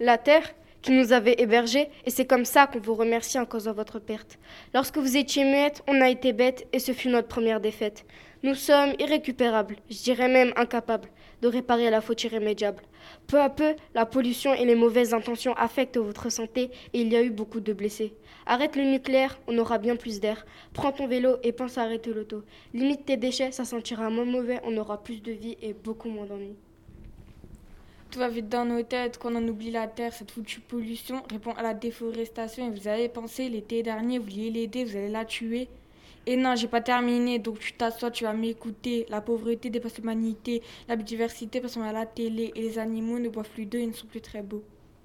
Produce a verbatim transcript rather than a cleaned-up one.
la terre qui nous avait hébergés, et c'est comme ça qu'on vous remercie en causant votre perte. Lorsque vous étiez muette, on a été bête, et ce fut notre première défaite. Nous sommes irrécupérables, je dirais même incapables, de réparer la faute irrémédiable. Peu à peu, la pollution et les mauvaises intentions affectent votre santé, et il y a eu beaucoup de blessés. Arrête le nucléaire, on aura bien plus d'air. Prends ton vélo et pense à arrêter l'auto. Limite tes déchets, ça sentira moins mauvais, on aura plus de vie et beaucoup moins d'ennuis. Tout va vite dans nos têtes, qu'on en oublie la terre, cette foutue pollution répond à la déforestation. Et vous avez pensé, l'été dernier, vous vouliez l'aider, vous allez la tuer. Et non, j'ai pas terminé, donc tu t'assois, tu vas m'écouter. La pauvreté dépasse l'humanité, la biodiversité passe à la télé, et les animaux ne boivent plus d'eau et ne sont plus très beaux.